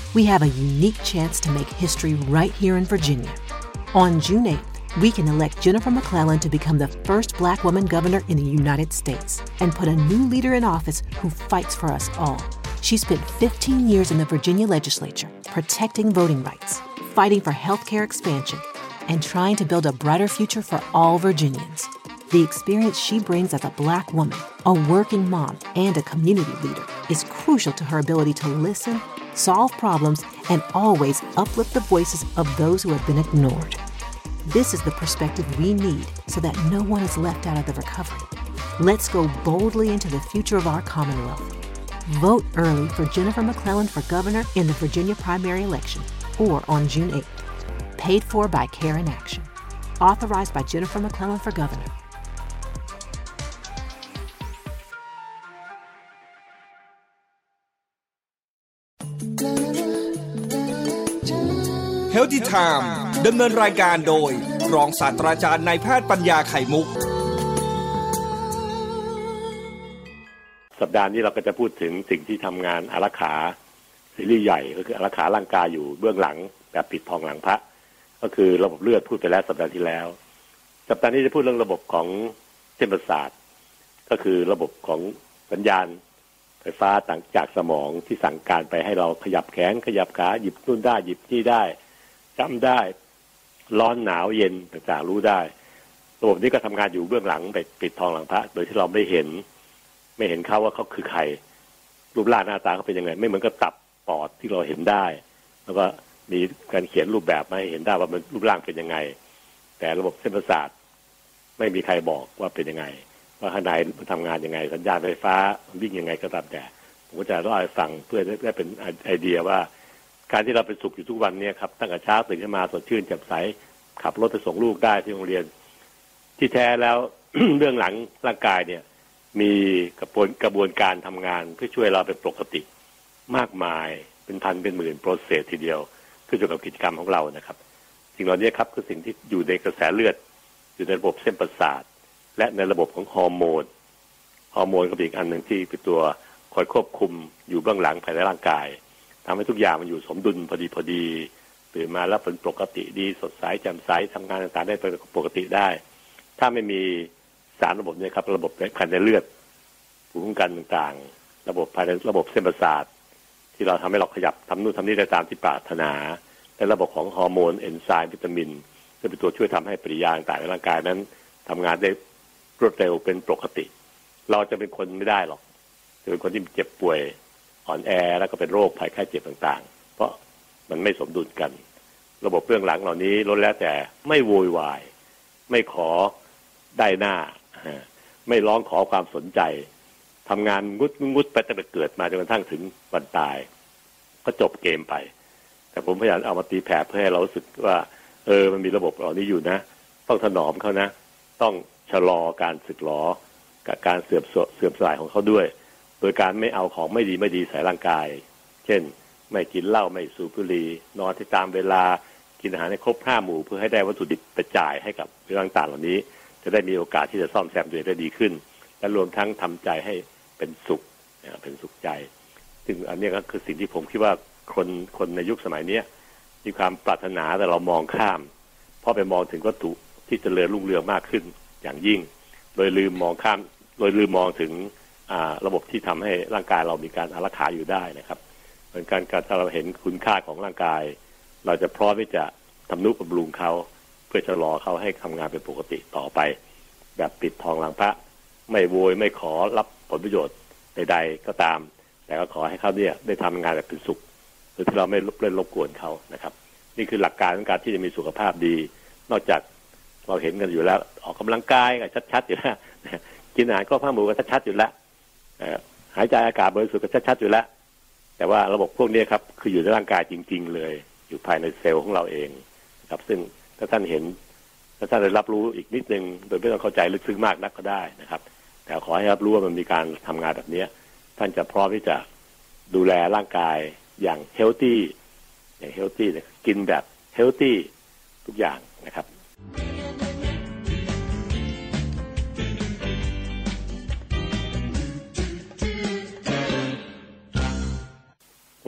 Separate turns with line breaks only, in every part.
we have a unique chance to make history right here in Virginia. On June 8th, we can elect Jennifer McClellan to become the first Black woman governor in the United States and put a new leader in office who fights for us all. She spent 15 years in the Virginia legislature, protecting voting rights, fighting for healthcare expansion, and trying to build a brighter future for all Virginians. The experience she brings as a Black woman, a working mom, and a community leader is crucial to her ability to listen, solve problems, and always uplift the voices of those who have been ignored. This is the perspective we need so that no one is left out of the recovery. Let's go boldly into the future of our Commonwealth. Vote early for Jennifer McClellan for governor in the Virginia primary election or on June 8th. Paid for by Care in Action. Authorized by Jennifer McClellan for governor.
Healthy Time ดำเนินรายการโดยรองศาสตราจารย์นายแพทย์ปัญญาไข่มุก
สัปดาห์นี้เราก็จะพูดถึงสิ่งที่ทำงานอารักขาซีรีส์ใหญ่ก็คืออารักขาร่างกายอยู่เบื้องหลังแบบปิดทองหลังพระก็คือระบบเลือดพูดไปแล้วสัปดาห์ที่แล้วสัปดาห์นี้จะพูดเรื่องระบบของเส้นประสาทก็คือระบบของสัญญาณไฟฟ้าต่างจากสมองที่สั่งการไปให้เราขยับแขนขยับขาหยิบนู่นได้หยิบนี่ได้จำได้ร้อนหนาวเย็นต่างๆรู้ได้ระบบนี้ก็ทำงานอยู่เบื้องหลังไปปิดทองหลังพระโดยที่เราไม่เห็นเขาว่าเขาคือใครรูปร่างหน้าตาเขาเป็นยังไงไม่เหมือนกับตับปอดที่เราเห็นได้แล้วก็มีการเขียนรูปแบบมาให้เห็นได้ว่ามันรูปร่างเป็นยังไงแต่ระบบเส้นประสาทไม่มีใครบอกว่าเป็นยังไงว่าข้างในมันทำงานยังไงสัญญาณไฟฟ้ามันวิ่งยังไงก็ตามแต่ผมก็จะเล่าให้ฟังเพื่อได้เป็นไอเดียว่าการที่เราเป็นสุขอยู่ทุกวันนี้ครับตั้งแต่เช้าตื่นขึ้นมาสดชื่นแจ่มใสขับรถไปส่งลูกได้ที่โรงเรียนที่แท้แล้ว เรื่องหลังร่างกายเนี่ยมีกระบวนการทำงานเพื่อช่วยเราเป็นปกติมากมายเป็นพันเป็นหมื่นโปรเซสทีเดียวขึ้นอยู่กับกิจกรรมของเรานะครับสิ่งเหล่านี้ครับคือสิ่งที่อยู่ในกระแสเลือดอยู่ในระบบเส้นประสาทและในระบบของฮอร์โมนก็เป็นอีกอันหนึ่งที่เป็นตัวคอยควบคุมอยู่เบื้องหลังภายในร่างกายทำให้ทุกอย่างมันอยู่สมดุลพอดีตื่นมาแล้วเป็นปกติดีสดใสแจ่มใสทำงานต่างๆได้เป็นปกติได้ถ้าไม่มีสารระบบนี้ครับระบบภายในเลือดภูมิคุ้มกันต่างๆระบบภายในระบบเส้นประสาทที่เราทำให้เราขยับทำนู่นทำนี่ได้ตามที่ปรารถนาและระบบของฮอร์โมนเอนไซม์วิตามินจะเป็นตัวช่วยทำให้ปฏิกิริยาต่างๆในร่างกายนั้นทำงานได้รวดเร็วเป็นปกติเราจะเป็นคนไม่ได้หรอกจะเป็นคนที่เจ็บป่วยอ่อนแอแล้วก็เป็นโรคภัยไข้เจ็บต่างๆเพราะมันไม่สมดุลกันระบบเบื้องหลังเหล่านี้ล้วนแล้วแต่ไม่โวยวายไม่ขอได้หน้าไม่ร้องขอความสนใจทำงานงุดไปตั้งแต่เกิดมาจนกระทั่งถึงวันตายก็จบเกมไปแต่ผมพยายามเอามาตีแผ่เพื่อให้เรารู้สึกว่ามันมีระบบเหล่านี้อยู่นะต้องถนอมเขานะต้องชะลอการสึกหรอกับการเสื่อมสลายของเขาด้วยโดยการไม่เอาของไม่ดีใส่ร่างกายเช่นไม่กินเหล้าไม่สูบบุหรี่นอนที่ตามเวลากินอาหารให้ครบ5หมู่เพื่อให้ได้วัตถุดิบไปจ่ายให้กับเรื่องต่างๆเหล่านี้จะได้มีโอกาสที่จะซ่อมแซมตัวเองได้ดีขึ้นและรวมทั้งทำใจให้เป็นสุขใจซึ่งอันนี้ก็คือสิ่งที่ผมคิดว่าคนในยุคสมัยนี้มีความปรารถนาแต่เรามองข้ามเพราะไปมองถึงวัตถุที่เจริญรุ่งเรืองมากขึ้นอย่างยิ่งโดยลืมมองถึงระบบที่ทำให้ร่างกายเรามีการอารักขาอยู่ได้นะครับเหมือนกันถ้าเราเห็นคุณค่าของร่างกายเราจะพร้อมที่จะทำนุบำรุงเขาเพื่อชะลอเขาให้ทำงานเป็นปกติต่อไปแบบปิดทองหลังพระไม่โวยไม่ขอรับผลประโยชน์ใดๆก็ตามแต่ก็ขอให้เขาเนี่ยได้ทำงานแบบเป็นสุขโดยที่เราไม่รบกวนเขานะครับนี่คือหลักการของการที่จะมีสุขภาพดีนอกจากเราเห็นกันอยู่แล้วออกกำลังกายก็ชัดๆอยู่แล้วกินอาหารก็5หมู่ก็ชัดๆอยู่แล้วหายใจอากาศบริสุทธิ์ก็ชัดๆอยู่แล้วแต่ว่าระบบพวกนี้ครับคืออยู่ในร่างกายจริงๆเลยอยู่ภายในเซลล์ของเราเองครับซึ่งถ้าท่านเห็นถ้าท่านได้รับรู้อีกนิดนึงโดยไม่ต้องเข้าใจลึกซึ้งมากนักก็ได้นะครับแต่ขอให้รับรู้ว่ามันมีการทำงานแบบนี้ท่านจะพร้อมที่จะดูแลร่างกายอย่างเฮลตี้กินแบบเฮลตี้ทุกอย่างนะครับว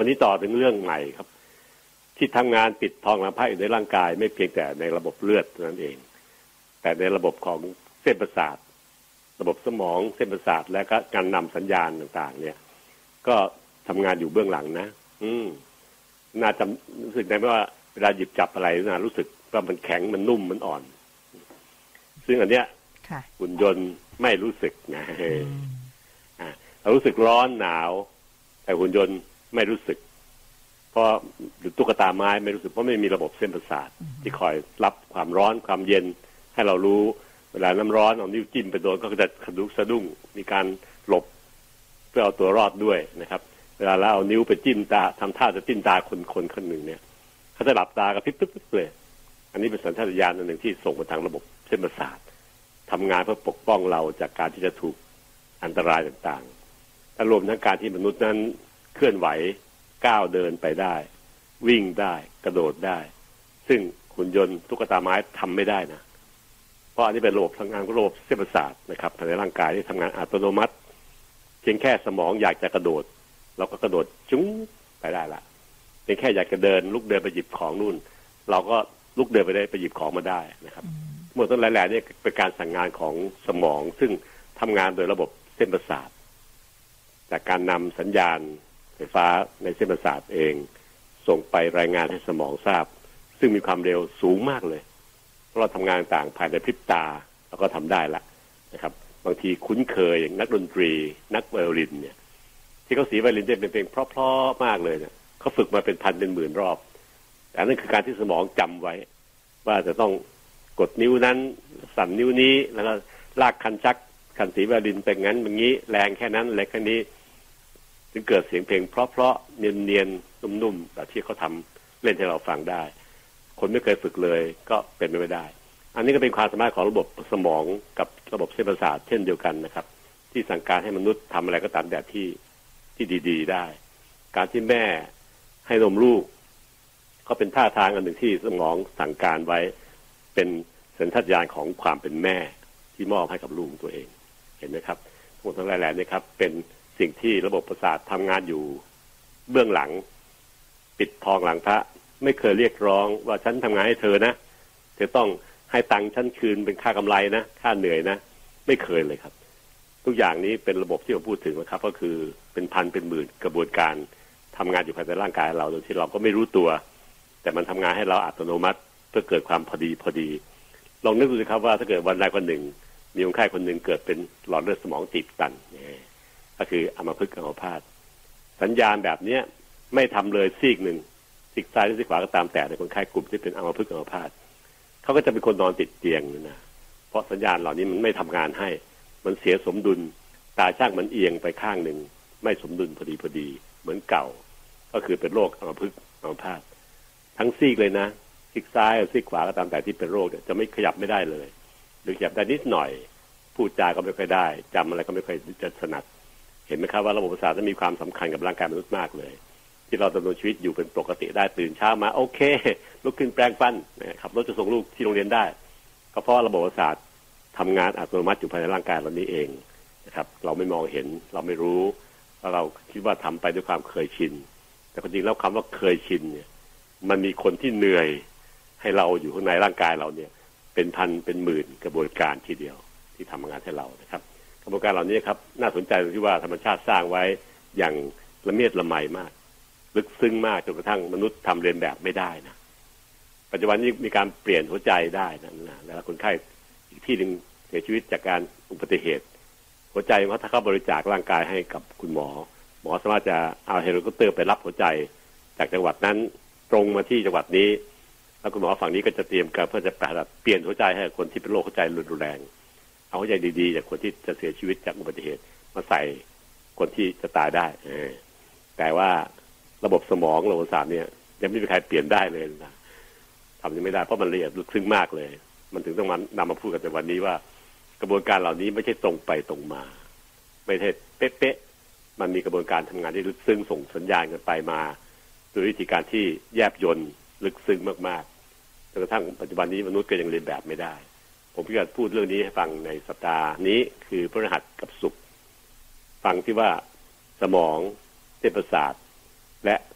วันนี้ต่อถึงเรื่องใหม่ครับที่ทำงานปิดทองหลังพระอยู่ในร่างกายไม่เพียงแต่ในระบบเลือดนั่นเองแต่ในระบบของเส้นประสาทระบบสมองเส้นประสาทและก็การนำสัญญาณต่างๆเนี่ยก็ทำงานอยู่เบื้องหลังนะน่าจะรู้สึกได้ไหมว่าเวลาหยิบจับอะไรน่ารู้สึกว่ามันแข็งมันนุ่มมันอ่อนซึ่งอันเนี้ยหุ่นยนต์ไม่รู้สึกนะเรารู้สึกร้อนหนาวแต่หุ่นยนต์ไม่รู้สึกเพราะหรือตุ๊กตาไม้ไม่รู้สึกเพราะไม่มีระบบเส้นประสาทที่คอยรับความร้อนความเย็นให้เรารู้เวลาน้ำร้อนเอานิ้วจิ้มไปโดนก็จะสะดุ้งมีการหลบเพื่อเอาตัวรอดด้วยนะครับเวลาเราเอานิ้วไปจิ้มตาทำท่าจะจิ้มตาคนหนึ่งเนี่ยเขาจะหลับตากระพริบเลยอันนี้เป็นสัญชาตญาณอันหนึ่งที่ส่งไปทางระบบเส้นประสาททำงานเพื่อปกป้องเราจากการที่จะถูกอันตรายต่างๆและรวมทั้งการที่มนุษย์นั้นเคลื่อนไหวก้าวเดินไปได้วิ่งได้กระโดดได้ซึ่งหุ่นยนต์ตุ๊กตาไม้ทำไม่ได้นะเพราะอันนี้เป็นระบบทำงานของระบบเส้นประสาทนะครับภายในร่างกายที่ทำงานอัตโนมัติเพียงแค่สมองอยากจะกระโดดเราก็กระโดดจุ้งไปได้ละเพียงแค่อยากจะเดินลุกเดินไปหยิบของนู่นเราก็ลุกเดินไปได้ไปหยิบของมาได้นะครับเมื่อต้นหลายๆนี่เป็นการสั่งงานของสมองซึ่งทำงานโดยระบบเส้นประสาทจากการนำสัญญาณไฟฟ้าในเส้นประสาทเองส่งไปรายงานให้สมองทราบซึ่งมีความเร็วสูงมากเลยเพราะเราทำงานต่างภายในพริบตาเราก็ทำได้ละนะครับบางทีคุ้นเคยอย่างนักดนตรีนักไวโอลินเนี่ยที่เขาสีไวโอลินเป็นเพลงเพราะๆมากเลยเนี่ยเขาฝึกมาเป็นพันเป็นหมื่นรอบแต่นั่นคือการที่สมองจำไว้ว่าจะต้องกดนิ้วนั้นสั่นนิ้วนี้แล้วก็ลากคันชักคันสีไวโอลินเป็นงั้นอย่างนี้แรงแค่นั้นเล็กแค่นี้จึงเกิดเสียงเพลงเพราะๆเนียนๆนุ่มๆแบบที่เขาทำเล่นให้เราฟังได้คนไม่เคยฝึกเลยก็เป็นไปไม่ได้อันนี้ก็เป็นความสามารถของระบบสมองกับระบบเส้นประสาทเช่นเดียวกันนะครับที่สั่งการให้มนุษย์ทำอะไรก็ตามแบบที่ดีๆได้การที่แม่ให้นมลูกก็เป็นท่าทางอันหนึ่งที่สมองสั่งการไว้เป็นสัญชาตญาณของความเป็นแม่ที่มอบให้กับลูกตัวเองเห็นไหมครับทั้งหมดทั้งหลายนี่ครับเป็นสิ่งที่ระบบประสาททำงานอยู่เบื้องหลังปิดทองหลังพระไม่เคยเรียกร้องว่าฉันทำงานให้เธอนะเธอต้องให้ตังค์ฉันคืนเป็นค่ากำไรนะค่าเหนื่อยนะไม่เคยเลยครับทุกอย่างนี้เป็นระบบที่ผมพูดถึงนะครับก็คือเป็นพันเป็นหมื่นกระบวนการทำงานอยู่ภายในร่างกายเราโดยที่เราก็ไม่รู้ตัวแต่มันทำงานให้เราอัตโนมัติเพื่อเกิดความพอดีลองนึกดูสิครับว่าถ้าเกิดวันใดวันหนึ่งมีคนไข้คนหนึ่งเกิดเป็นหลอดเลือดสมองตีบตันก็คืออัมพฤกษ์อัมพาตสัญญาณแบบนี้ไม่ทำเลยซีกหนึ่งซีกซ้ายหรือซีกขวาก็ตามแต่ในคนไข้กลุ่มที่เป็นอัมพฤกษ์อัมพาตเขาก็จะเป็นคนนอนติดเตียงนะเพราะสัญญาณเหล่านี้มันไม่ทำงานให้มันเสียสมดุลตาช่างมันเอียงไปข้างหนึ่งไม่สมดุลพอดีเหมือนเก่าก็คือเป็นโรคอัมพฤกษ์อัมพาตทั้งซีกเลยนะซีกซ้ายซีกขวาก็ตามแต่ที่เป็นโรคเนี่ยจะไม่ขยับไม่ได้เลยหรือขยับได้นิดหน่อยพูดจาก็ไม่ค่อยได้จำอะไรก็ไม่ค่อยจะถนัดเห็นไหมครับว่าระบบประสาทมีความสำคัญกับร่างกายมนุษย์มากเลยที่เราดำเนินชีวิตอยู่เป็นปกติได้ตื่นเช้ามาโอเคลุกขึ้นแปรงฟันขับรถจะส่งลูกที่โรงเรียนได้ก็เพราะระบบประสาททำงานอัตโนมัติอยู่ภายในร่างกายเรานี้เองนะครับเราไม่มองเห็นเราไม่รู้เราคิดว่าทำไปด้วยความเคยชินแต่จริงแล้วคำว่าเคยชินเนี่ยมันมีคนที่เหนื่อยให้เราอยู่ข้างในร่างกายเราเนี่ยเป็นพันเป็นหมื่นกระบวนการทีเดียวที่ทำงานให้เรานะครับกระบวนการเหล่านี้ครับน่าสนใจตรงที่ว่าธรรมชาติสร้างไว้อย่างละเมียดละไมมากลึกซึ้งมากจนกระทั่งมนุษย์ทำเลียนแบบไม่ได้นะปัจจุบันนี้มีการเปลี่ยนหัวใจได้นะแล้วคนไข้อีกที่หนึ่งเสียชีวิตจากการอุบัติเหตุหัวใจเขาถ้าเขาบริจาคร่างกายให้กับคุณหมอสามารถจะเอาเฮลิคอปเตอร์ไปรับหัวใจจากจังหวัดนั้นตรงมาที่จังหวัดนี้แล้วคุณหมอฝั่งนี้ก็จะเตรียมการเพื่อจะเปลี่ยนหัวใจให้คนที่เป็นโรคหัวใจรุนแรงเอาหัวใจดีๆจากคนที่จะเสียชีวิตจากอุบัติเหตุมาใส่คนที่จะตายได้แต่ว่าระบบสมองระบบประสาทเนี่ยยังไม่มีใครเปลี่ยนได้เลยนะทำยังไม่ได้เพราะมันละเอียดลึกซึ้งมากเลยมันถึงต้องนำมาพูดกันในวันนี้ว่ากระบวนการเหล่านี้ไม่ใช่ตรงไปตรงมาไม่ใช่เป๊ะๆมันมีกระบวนการทำงานที่ลึกซึ้งส่งสัญญาณกันไปมาโดยวิธีการที่แยบยลลึกซึ้งมากๆจนกระทั่งปัจจุบันนี้มนุษย์ก็ยังเรียนแบบไม่ได้ผมอยากพูดเรื่องนี้ให้ฟังในสัปดาห์นี้คือพฤหัสกับศุกร์ฟังที่ว่าสมองเส้นประสาทและ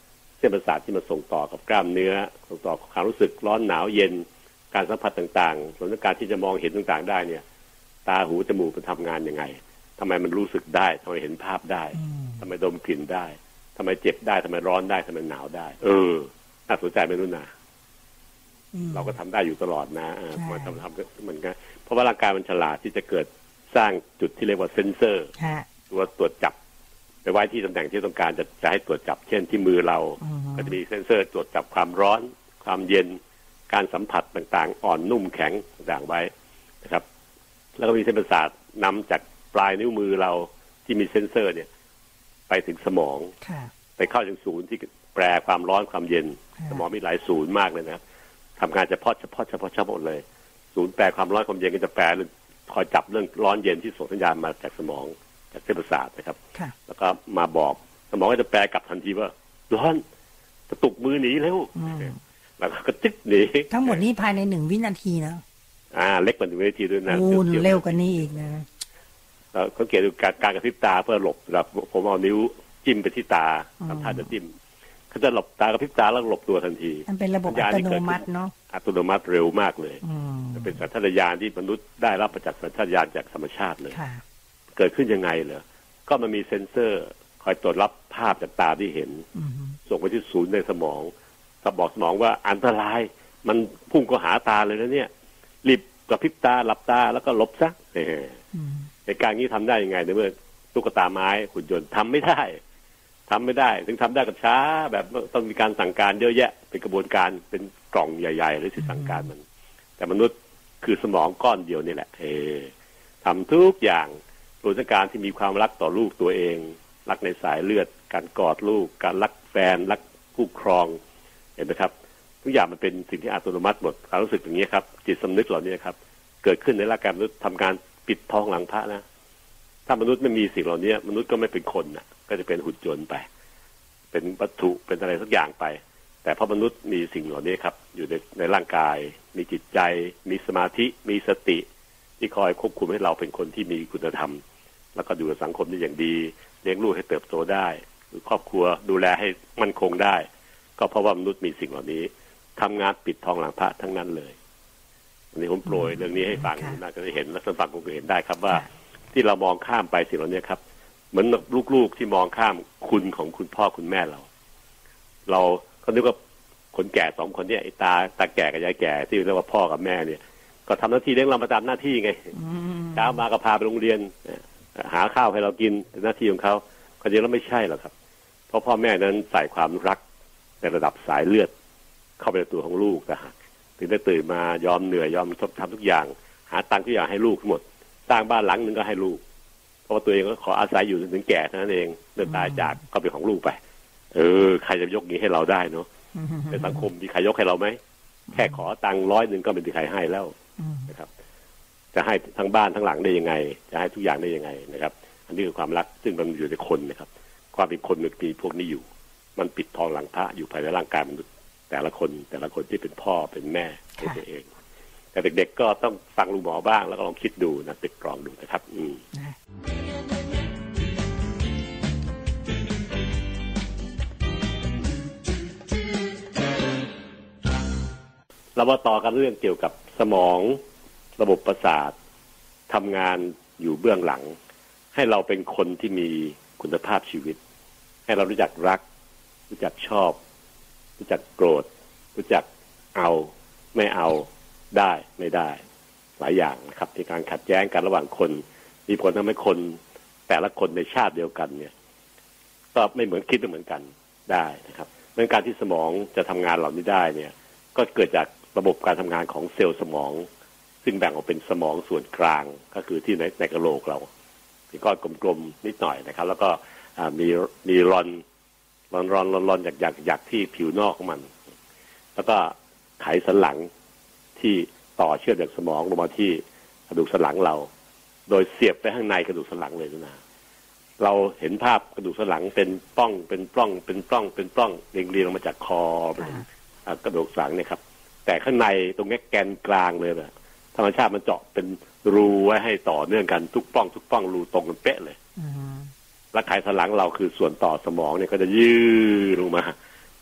ส้นประสาทที่มาส่งต่อกับกล้ามเนื้อส่งต่อความรู้สึกร้อนหนาวเย็นการสัมผัสต่างๆส่วนการที่จะมองเห็นต่างๆได้เนี่ยตาหูจมูกมันทำงานยังไงทำไมมันรู้สึกได้ทำไมเห็นภาพได้ทำไมดมกลิ่นได้ทำไมเจ็บได้ทำไมร้อนได้ทำไมหนาวได้น่าสนใจไหมนุ่นนะเราก็ทำได้อยู่ตลอดนะมาทำเหมือนกันเพราะว่าร่างกายมันฉลาดที่จะเกิดสร้างจุดที่เรียกว่าเซนเซอร์ตัวตรวจจับไปไว้ที่ตำแหน่งที่ต้องการจะให้ตรวจจับเช่นที่มือเราก็จะมีเซนเซอร์ตรวจจับความร้อนความเย็นการสัมผัสต่างๆอ่อนนุ่มแข็งต่างๆไว้นะครับแล้วก็มีเส้นประสาทนำจากปลายนิ้วมือเราที่มีเซนเซอร์เนี่ยไปถึงสมองไปเข้าถึงศูนย์ที่แปรความร้อนความเย็นสมองมีหลายศูนย์มากเลยนะครับทำงานเฉพาะหมดเลยศูนย์แปรความร้อนความเย็นก็จะแปรคอยจับเรื่องร้อนเย็นที่ส่งสัญญาณมาจากสมองจากเส้นประสาทนะครับแล้วก็มาบอกสมองก็จะแปรกลับทันทีว่าร้อนกระตุกมือหนีแล้วแล้วก็จิ๊กหนี
ทั้งหมดนี้ภายใน1 วินาทีนะ
เล็กกว่า1 วินาทีด้วยนะ
เร็วกว่านี้อีกนะ
สังเกตดูการกระพริบตาเพื่อหลบแบบผมเอานิ้วจิ้มไปที่ตาทำท่าจะจิ้มเขาจะหลบตากระพริบตาแล้วหลบตัวทันที
มันเป็นระบบอัตโนมัติเนาะ
อัตโนมัติเร็วมากเลยเป็นสัญชาตญาณที่มนุษย์ได้รับมาจากสัญชาตญาณจากธรรมชาติเลยเกิดขึ้นยังไงเหรอก็มันมีเซ็นเซอร์คอยตรวจรับภาพจากตาที่เห็นส่งไปที่ศูนย์ในสมองบอกสมองว่าอันตรายมันพุ่งเข้าหาตาเลยนะเนี่ยรีบกระพริบตาหลับตาแล้วก็หลบซะในการนี้ทำได้ยังไงในเมื่อตุ๊กตาไม้หุ่นยนต์ทำไม่ได้ถึงทำได้กับช้าแบบต้องมีการสั่งการเยอะแยะเป็นกระบวนการเป็นกล่องใหญ่ๆหรือที่สั่งการมันแต่มนุษย์คือสมองก้อนเดียวนี่แหละทำทุกอย่างโดยการที่มีความรักต่อลูกตัวเองรักในสายเลือดการกอดลูกการรักแฟนรักคู่ครองเห็นไหมครับทุกอย่างมันเป็นสิ่งที่อัตโนมัติหมดความรู้สึกอย่างนี้ครับจิตสำนึกเหล่านี้ครับเกิดขึ้นในร่างกายมนุษย์ทำการปิดทองหลังพระนะถ้ามนุษย์ไม่มีสิ่งเหล่านี้มนุษย์ก็ไม่เป็นคนนะก็จะเป็นหุ่นยนต์ไปเป็นวัตถุเป็นอะไรสักอย่างไปแต่พอมนุษย์มีสิ่งเหล่านี้ครับอยู่ในร่างกายมีจิตใจมีสมาธิมีสติที่คอยควบคุมให้เราเป็นคนที่มีคุณธรรมแล้วก็อยู่ในสังคมได้อย่างดีเลี้ยงลูกให้เติบโตได้หรือครอบครัวดูแลให้มั่นคงได้ก็เพราะว่ามนุษย์มีสิ่งเหล่านี้ทำงานปิดทองหลังพระทั้งนั้นเลยวันนี้ผมโปรยเรื่องนี้ให้ฟังน่าจะได้เห็นและท่านฟังคงจะเห็นได้ครับว่าที่เรามองข้ามไปสิ่งเหล่านี้ครับเหมือนลูกๆที่มองข้ามคุณของคุณพ่อคุณแม่เราก็นึกว่าคนแก่2 คนเนี่ยไอ้ตาแก่กับยายแก่ที่เรียกว่าพ่อกับแม่เนี่ยก็ทำหน้าที่เลี้ยงเรามาตามหน้าที่ไงเช้ามาก็พาไปโรงเรียนหาข้าวให้เรากินเป็นหน้าที่ของเขาความจริงแล้วไม่ใช่หรอกครับเพราะพ่อแม่นั้นใส่ความรักในระดับสายเลือดเข้าไปในตัวของลูกนะฮะถึงได้ตื่นมายอมเหนื่อยยอมทำทุกอย่างหาตังค์ทุกอย่างให้ลูกทั้งหมดสร้างบ้านหลังนึงก็ให้ลูกเพราะว่าตัวเองก็ขออาศัยอยู่ถึงแก่เท่านั้นเองเดินตายจากก็เป็นของลูกไปใครจะยกนี้ให้เราได้เนาะในสังคมมีใครยกให้เราไหมแค่ขอตังค์100ก็ไม่มีใครให้แล้วนะครับจะให้ทั้งบ้านทั้งหลังได้ยังไงจะให้ทุกอย่างได้ยังไงนะครับอันนี้คือความรักซึ่งมันอยู่ในคนนะครับความเป็นคนมันมีพวกนี้อยู่มันปิดทองหลังพระอยู่ภายในร่างกายมนุษย์แต่ละคนที่เป็นพ่อเป็นแม่เป็นตัวเองแต่เด็กๆก็ต้องฟังลุงหมอบ้างแล้วก็ลองคิดดูนะติดกรองดูนะครับเรามาต่อกันเรื่องเกี่ยวกับสมองระบบประสาททำงานอยู่เบื้องหลังให้เราเป็นคนที่มีคุณภาพชีวิตให้เรารู้จักรักรู้จักชอบรู้จักโกรธรู้จักเอาไม่เอาได้ไม่ได้หลายอย่างนะครับที่การขัดแย้งกันระหว่างคนมีผลทำให้คนแต่ละคนในชาติเดียวกันเนี่ยก็ไม่เหมือนคิดไม่เหมือนกันได้นะครับเรื่องการที่สมองจะทำงานเหล่านี้ได้เนี่ยก็เกิดจากระบบการทำงานของเซลล์สมองซึ่งแบ่งออกเป็นสมองส่วนกลางก็คือที่ในกะโหลกเราเป็นก้อนกลมๆนิดหน่อยนะครับแล้วก็มีรอนจากที่ผิวนอกของมันแล้วก็ไขสันหลังที่ต่อเชื่อมจากสมองลงมาที่กระดูกสันหลังเราโดยเสียบไปข้างในกระดูกสันหลังเลยนะเราเห็นภาพกระดูกสันหลังเป็นปล้องเรียงลงมาจากคอเป็นกระดูกสันหลังเนี่ยครับแต่ข้างในตรงนี้แกนกลางเลยนะธรรมชาติมันเจาะเป็นรูไว้ให้ต่อเนื่องกันทุกปล้องรูตรงกันเป๊ะเลยและไขสันหลังเราคือส่วนต่อสมองเนี่ยก็จะยืดลงมา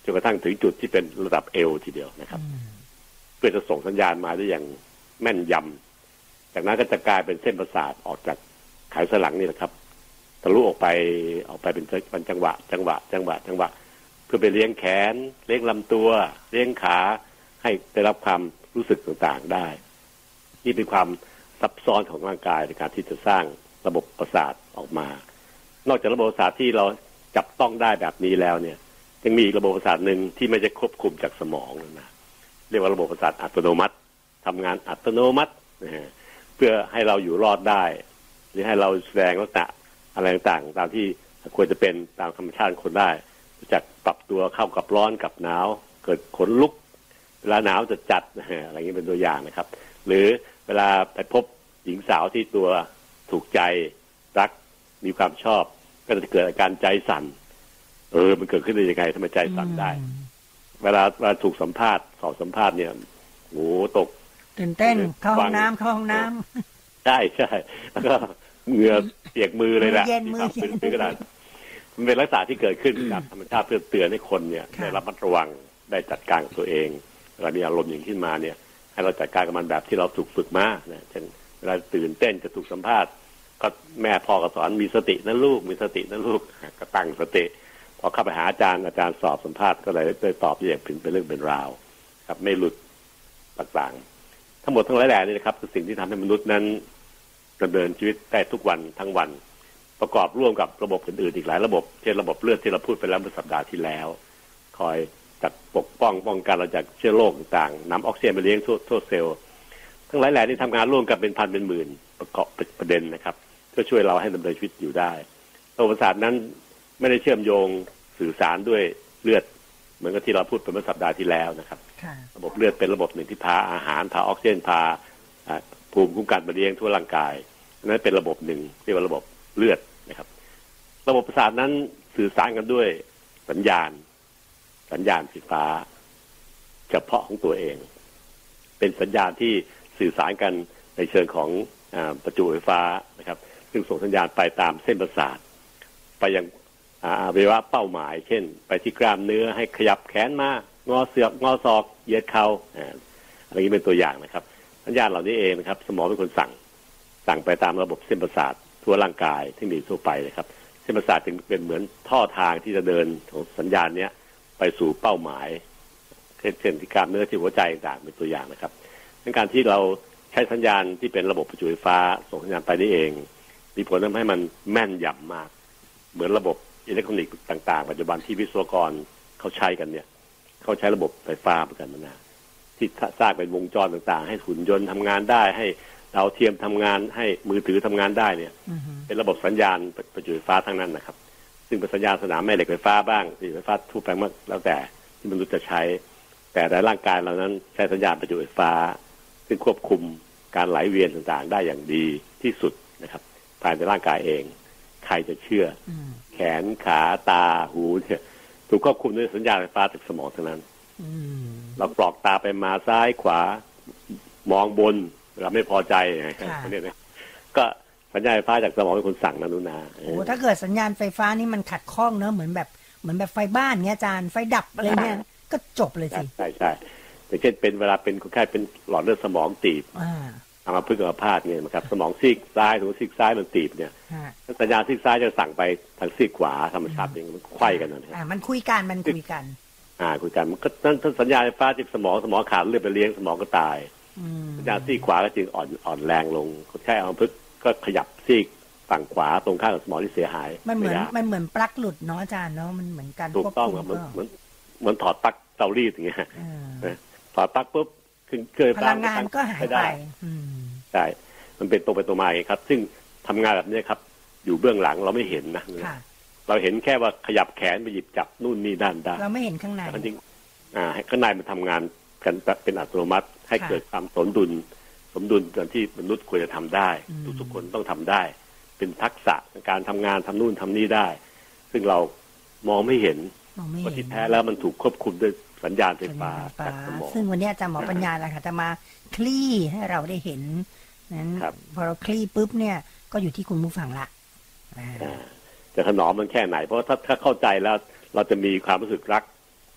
จนกระทั่งถึงจุดที่เป็นระดับเอวทีเดียวนะครับเพื่อจะส่งสัญญาณมาได้อย่างแม่นยำจากนั้นก็จะกลายเป็นเส้นประสาทออกจากไขสันหลังนี่แหละครับทะลุออกไปเป็นจังหวะเพื่อไปเลี้ยงแขนเลี้ยงลำตัวเลี้ยงขาให้ได้รับความรู้สึกต่างๆได้นี่เป็นความซับซ้อนของร่างกายในการที่จะสร้างระบบประสาทออกมานอกจากระบบประสาทที่เราจับต้องได้แบบนี้แล้วเนี่ยยังมีระบบประสาทหนึ่งที่ไม่จะควบคุมจากสมองนะเรียกว่าระบบประสาทอัตโนมัติทำงานอัตโนมัติเพื่อให้เราอยู่รอดได้หรือให้เราแสดงลักษณะอะไรต่างๆตามที่ควรจะเป็นตามธรรมชาติคนได้จากปรับตัวเข้ากับร้อนกับหนาวเกิดขนลุกเวลาหนาวจะจัดอะไรอย่างนี้เป็นตัวอย่างนะครับหรือเวลาไปพบหญิงสาวที่ตัวถูกใจรักมีความชอบก็จะเกิดอาการใจสั่นมันเกิดขึ้นได้ยังไงทำไมใจสั่นได้เวลาถูกสัมภาษณ์สอบสัมภาษณ์เนี่ยโหตก
ตื่นเต้นเข้าห้องน้ำ
ใช่แล้วก็เหงื่อเปียกมือเลยแหละเป็นกระดาษมันเป็นลักษณะที่เกิดขึ้นจากธรรมชาติเพื่อเตือนให้คนเนี่ยได้ระมัดระวังได้จัดการกับตัวเองเวลามีอารมณ์อย่างขึ้นมาเนี่ยให้เราจัดการกับมันแบบที่เราถูกฝึกมาเช่นเวลาตื่นเต้นจะถูกสัมภาษณ์ก็แม่พ่อก็สอนมีสตินะลูกมีสตินะลูกก็ตั้งสติพอเข้าไปหาอาจารย์สอบสัมภาษณ์ก็เลยได้ตอบอย่างเป็นเรื่องเป็นราวครับไม่หลุดต่างๆทั้งหมดทั้งหลายแหล่นี่นะครับคือสิ่งที่ทำให้มนุษย์นั้นดำเนินชีวิตได้ทุกวันทั้งวันประกอบร่วมกับระบบอื่นๆอีกหลายระบบเช่นระบบเลือดที่เราพูดไปแล้วเมื่อสัปดาห์ที่แล้วคอยจัดปกป้องกันเราจากเชื้อโรคต่างๆนำออกซิเจนไปเลี้ยงทั่วเซลล์ทั้งหลายแหล่นี่ทำงานร่วมกันเป็นพันเป็นหมื่นประกอบประเด็นนะครับเพื่อช่วยเราให้ดำเนินชีวิตอยู่ได้ระบบประสาทนั้นไม่ได้เชื่อมโยงสื่อสารด้วยเลือดเหมือนกับที่เราพูดไปเมื่อสัปดาห์ที่แล้วนะครับระบบเลือดเป็นระบบหนึ่งที่พาอาหารพาออกซิเจนพาภูมิคุ้มกันไปเลี้ยงทั่วร่างกายนั้นเป็นระบบหนึ่งเรียกว่าระบบเลือดนะครับระบบประสาทนั้นสื่อสารกันด้วยสัญญาณไฟฟ้าเฉพาะของตัวเองเป็นสัญญาณที่สื่อสารกันในเชิงของประจุไฟฟ้านะครับซึ่งส่งสัญญาณไปตามเส้นประสาทไปยังอวัยวะเป้าหมายเช่นไปที่กล้ามเนื้อให้ขยับแขนมางอเสือกงอศอกเหยียดเข่าอะไรนี้เป็นตัวอย่างนะครับสัญญาณเหล่านี้เองนะครับสมองเป็นคนสั่งไปตามระบบเส้นประสาททั่วร่างกายที่มีทั่วไปนะครับเส้นประสาทจึงเป็นเหมือนท่อทางที่จะเดินของสัญญาณนี้ไปสู่เป้าหมายเช่นที่กล้ามเนื้อที่หัวใจต่างเป็นตัวอย่างนะครับในการที่เราใช้สัญญาณที่เป็นระบบประจุไฟฟ้าส่งสัญญาณไปนี่เองมีผลทำให้มันแม่นยำมากเหมือนระบบอิเล็กทรอนิกส์ต่างๆปัจจุบันที่วิศวกรเขาใช้กันเนี่ยเขาใช้ระบบไฟฟ้าเหมือนกันนะที่สร้างเป็นวงจรต่างๆให้หุ่นยนต์ทำงานได้ให้ดาวเทียมทำงานให้มือถือทำงานได้เนี่ยเป็นระบบสัญญาณประจุไฟฟ้าทั้งนั้นนะครับซึ่งเป็นสัญญาณสนามแม่เหล็กไฟฟ้าบ้างไฟฟ้าทั่วไปมากแล้วแต่ที่มนุษย์จะใช้แต่ในร่างกายเรานั้นใช้สัญญาณประจุไฟฟ้าซึ่งควบคุมการไหลเวียนต่างๆได้อย่างดีที่สุดนะครับภายในร่างกายเองใครจะเชื่อแขนขาตาหูเนี่ยถูกควบคุมด้วยสัญญาณไฟฟ้าจากสมองทั้งนั้นเราปลอกตาไปมาซ้ายขวามองบนเราไม่พอใจเนี่ยก็สัญญาณไฟฟ้าจากสมองเป็นคนสั่งนะนุนา
โอ้ถ้าเกิดสัญญาณไฟฟ้านี่มันขัดข้องเนอะเหมือนแบบไฟบ้านเงี้ยอาจารย์ไฟดับอะไรเนี่ยก็จบเลยสิ
ใช่แต่เช่นเป็นเวลาเป็นคนไข้เป็นหลอดเลือดสมองตีบอัมพฤกษ์อัมพาตเนี่ยนะครับสมองซีกซ้ายหรือซีกซ้ายมันตีบเนี่ยสัญญาณซีกซ้ายจะสั่งไปทางซีกขวาธรรมชาติเองมันไขว้กัน
นะครับมันคุยกันคุยกัน
มันก็นั่นสัญญาณไฟฟ้าที่สมองขาดเลือดไปเลี้ยงสมองก็ตายสัญญาณซีกขวาก็จึงอ่อนแรงลงคนไข้อัมพฤกษ์ก็ขยับซีกฝั่งขวาตรงข้างกับสมองที่เสียหาย
มันเหมือนปลั๊กหลุดเนาะอาจารย์เนาะมันเหมือนกัน
ถูกต้องครับเหมือนถอดปลั๊กเตารีดอย่างเงี้ยถอดปลั๊กปุ๊บ
พลังงานก็หายไป
ใช่มันเป็นตัวไปตัวมาเองครับซึ่งทำงานแบบนี้ครับอยู่เบื้องหลังเราไม่เห็นนะเราเห็นแค่ว่าขยับแขนไปหยิบจับนู่นนี่ด้านได้
เราไม่เห็นข้างใน
จริงข้างในมันทำงานกันเป็นอัตโนมัติให้เกิดความสมดุลกันที่มนุษย์ควรจะทำได้ทุกคนต้องทำได้เป็นทักษะในการทำงานทำนู่นทำนี่ได้ซึ่งเรามองไม่เห็นว่าที่แท้แล้วมันถูกควบคุมด้วยสัญญาณไฟฟ้าจากสมอง
ซึ่งวันนี้อาจารย์หมอปัญญาล่ะค่ะจะมาคลี่ให้เราได้เห็นนั้นพอเราคลี่ปุ๊บเนี่ยก็อยู่ที่คุณผู้ฟังละจะ
ถนอมมันแค่ไหนเพราะถ้าเข้าใจแล้วเราจะมีความรู้สึกรัก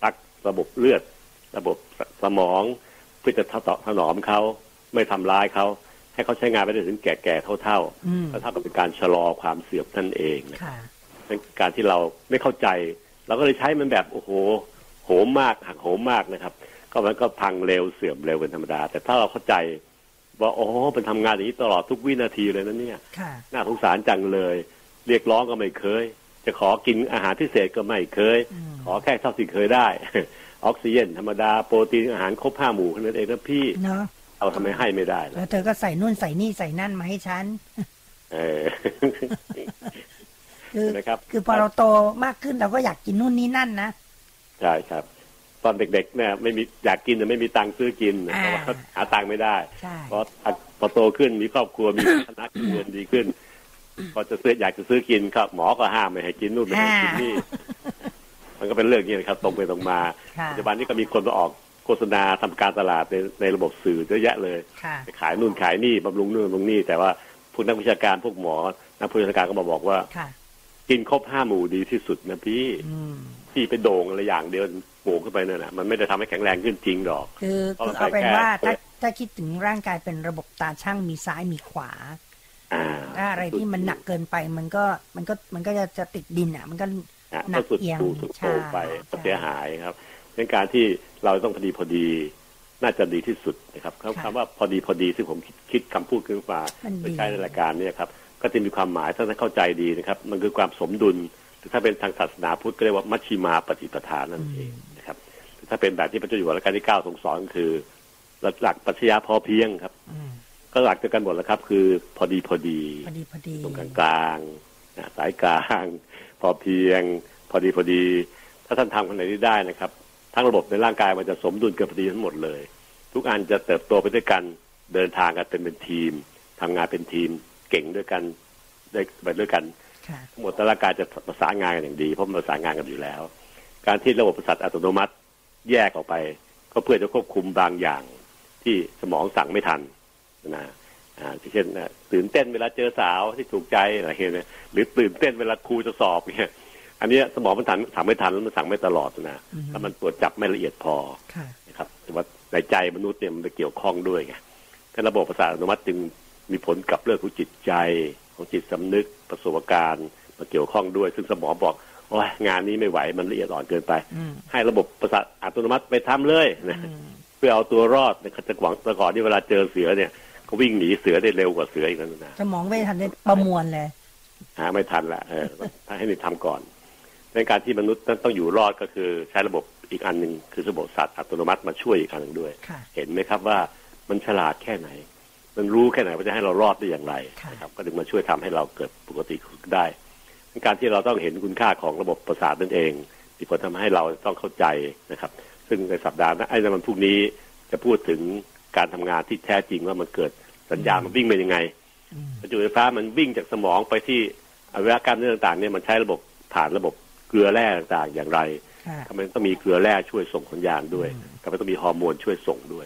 ระบบเลือดระบบสมองเพื่อจะถนอมเขาไม่ทำร้ายเขาให้เขาใช้งานไปได้ถึงแก่ๆเท่าๆแล้วเท่ากับเป็นการชะลอความเสื่อมนั่นเองนะเป็นการที่เราไม่เข้าใจเราก็เลยใช้มันแบบโอ้โหโหมมากหักโหมมากนะครับก็มันก็พังเร็วเสื่อมเร็วเป็นธรรมดาแต่ถ้าเราเข้าใจว่าอ๋อเป็นทำงานอย่างนี้ตลอดทุกวินาทีเลยนะเนี่ยน่าสงสารจังเลยเรียกร้องก็ไม่เคยจะขอกินอาหารพิเศษก็ไม่เคยขอแค่เท่าที่เคยได้ออกซิเจนธรรมดาโปรตีนอาหารครบ5 หมู่แค่นั้นเองนะพี่เอาทำไมให้ไม่ได้
แล้วเธอก็ใส่นู่นใส่นี่ใส่นั่นมาให้ฉันคือพอเราโตมากขึ้นเราก็อยากกินนู่นนี่นั่นนะ
ใช่ครับตอนเด็กๆเนี่ยไม่มีอยากกินแต่ไม่มีตังค์ซื้อกินเพราะว่าหาตังค์ไม่ได้พอโตขึ้นมีครอบครัวมีฐานะเงินดีขึ้นพอจะซื้ออยากจะซื้อกินก็หมอก็ห้ามไม่ให้กินนู่นไม่ให้กินนี่มันก็เป็นเรื่องนี้นะครับตรงไปตรงมาปัจจุบันนี้ก็มีคนมาออกโฆษณาทำการตลาดในระบบสื่อเยอะแยะเลยขายนู่นขายนี่บำรุงนู่นบำรุงนี่แต่ว่าพวกนักวิชาการพวกหมอนักวิชาการก็มาบอกว่ากินครบ5 หมู่ดีที่สุดนะพี่ไปโด่งอะไรอย่างเดียวโป่งขึ้นไปนั่นแหละมันไม่ได้ทำให้แข็งแรงขึ้นจริงหรอก
คือเอาเป็นว่าถ้าคิดถึงร่างกายเป็นระบบตาช่างมีซ้ายมีขวาถ้าอะไรที่มันหนักเกินไปมันก็จะติดดินอ่ะมันก็หนักเอียง
สุดโต่งไปเสียหายครับในการที่เราต้องพอดีน่าจะดีที่สุดนะครับคำว่าพอดีซึ่งผมคิดคำพูดขึ้นมาใช้ในรายการนี้ครับก็จะมีความหมายถ้าเข้าใจดีนะครับมันคือความสมดุลถ้าเป็นทางศาสนาพุทธก็เรียกว่ามัชฌิมาปฏิปทานั่นเองนะครับถ้าเป็นแบบที่พระเจ้าอยู่หัวรัชกาลที่9ทรงสอนคือหลักปรัชญาพอเพียงครับก็หลักเดียวกันหมดแล้วครับคือพอดีตรงกลางสายกลางพอเพียงพอดีถ้าท่านทำขนาดนี้ได้นะครับทั้งระบบในร่างกายมันจะสมดุลกันพอดีทั้งหมดเลยทุกอันจะเติบโตไปด้วยกันเดินทางกันเป็นทีมทำงานเป็นทีมเก่งด้วยกันได้ไปด้วยกันทั้งหมดร่างกายจะประสานงานกันอย่างดีเพราะมันประสานงานกันอยู่แล้วการที่ระบบประสาทอัตโนมัติแยกออกไปก็เพื่อจะควบคุมบางอย่างที่สมองสั่งไม่ทันนะเช่นตื่นเต้นเวลาเจอสาวที่ถูกใจอะไรเงี้ยหรือตื่นเต้นเวลาครูจะสอบเนี่ยอันนี้สมองมันสั่งไม่ทันแล้วมันสั่งไม่ตลอดนะแต่มันตรวจจับไม่ละเอียดพอนะครับแต่ว่าในใจมนุษย์เนี่ยมันไปเกี่ยวข้องด้วยไงระบบประสาทอัตโนมัติจึงมีผลกับเรื่องของจิตใจของจิตสำนึกประสบการณ์มาเกี่ยวข้องด้วยซึ่งสมองบอกโอ้ยงานนี้ไม่ไหวมันละเอียดอ่อนเกินไปให้ระบบประสาทอัตโนมัติไปทำเลยนะเพื่อเอาตัวรอดในแต่ก่อนที่เวลาเจอเสือเนี่ยก็วิ่งหนีเสือได้เร็วกว่าเสืออีกนะ
สมองไม่ทันได้ประมวลเลย
ไม่ทันละถ้าให้นี่ทำก่อนในการที่มนุษย์ต้องอยู่รอดก็คือใช้ระบบอีกอันหนึ่งคือระบบประสาทอัตโนมัติมาช่วยอีกอันหนึ่งด้วยเห็นไหมครับว่ามันฉลาดแค่ไหนมันรู้แค่ไหนว่าจะให้เรารอดได้อย่างไรนะครับก็ดึงมาช่วยทำให้เราเกิดปกติได้การที่เราต้องเห็นคุณค่าของระบบประสาทนั่นเองที่ผลทำให้เราต้องเข้าใจนะครับซึ่งในสัปดาห์หน้าในวันพรุ่งนี้จะพูดถึงการทำงานที่แท้จริงว่ามันเกิดสัญญาณมันวิ่งไปยังไงประจุไฟฟ้ามันวิ่งจากสมองไปที่อวัยวะกล้ามเนื้อต่างๆเนี่ยมันใช้ระบบผ่านระบบเกลือแร่ต่างๆอย่างไรทำไมต้องมีเกลือแร่ช่วยส่งสัญญาณด้วยทำไมต้องมีฮอร์โมนช่วยส่งด้วย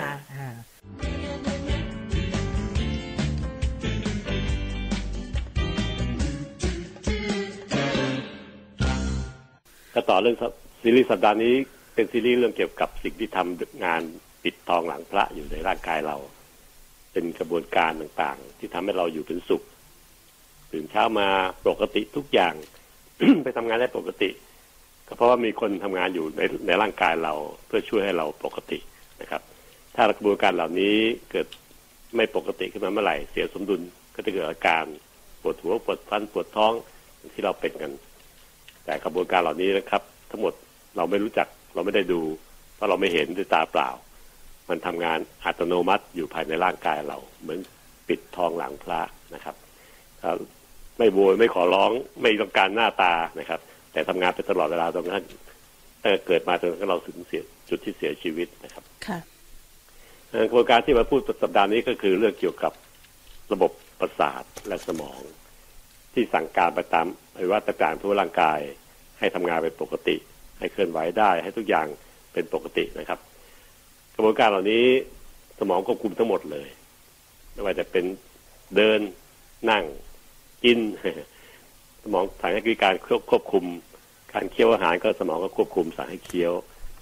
ก็ต่อเรื่องซีรีส์สัปดาห์นี้เป็นซีรีส์เรื่องเกี่ยวกับสิ่งที่ทำงานปิดทองหลังพระอยู่ในร่างกายเราเป็นกระบวนการต่างๆที่ทำให้เราอยู่เป็นสุขตื่นเช้ามาปกติทุกอย่าง ไปทำงานได้ปกติก็เพราะว่ามีคนทำงานอยู่ในร่างกายเราเพื่อช่วยให้เราปกตินะครับถ้ากระบวนการเหล่านี้เกิดไม่ปกติขึ้นมาเมื่อไหร่เสียสมดุลก็จะเกิดอาการปวดหัวปวดฟันปวดท้องที่เราเป็นกันแต่กระบวนการเหล่านี้นะครับทั้งหมดเราไม่รู้จักเราไม่ได้ดูเพราะเราไม่เห็นด้วยตาเปล่ามันทำงานอัตโนมัติอยู่ภายในร่างกายเราเหมือนปิดทองหลังพระนะครับไม่โวยไม่ขอร้องไม่ต้องการหน้าตานะครับแต่ทำงานไปตลอดเวลาตรงนั้นเกิดมาจนเราถึงจุดที่เสียชีวิตนะครับค่ะกระบวนการที่มาพูดสัปดาห์นี้ก็คือเรื่องเกี่ยวกับระบบประสาทและสมองที่สั่งการไปตามอวัยวะต่างๆทั่วร่างกายให้ทำงานเป็นปกติให้เคลื่อนไหวได้ให้ทุกอย่างเป็นปกตินะครับกระบวนการเหล่านี้สมองควบคุมทั้งหมดเลยไม่ว่าจะเป็นเดินนั่งกินสมองสั่งให้มีการควบคุมการเคี้ยวอาหารก็สมองก็ควบคุมสั่งให้เคี้ยว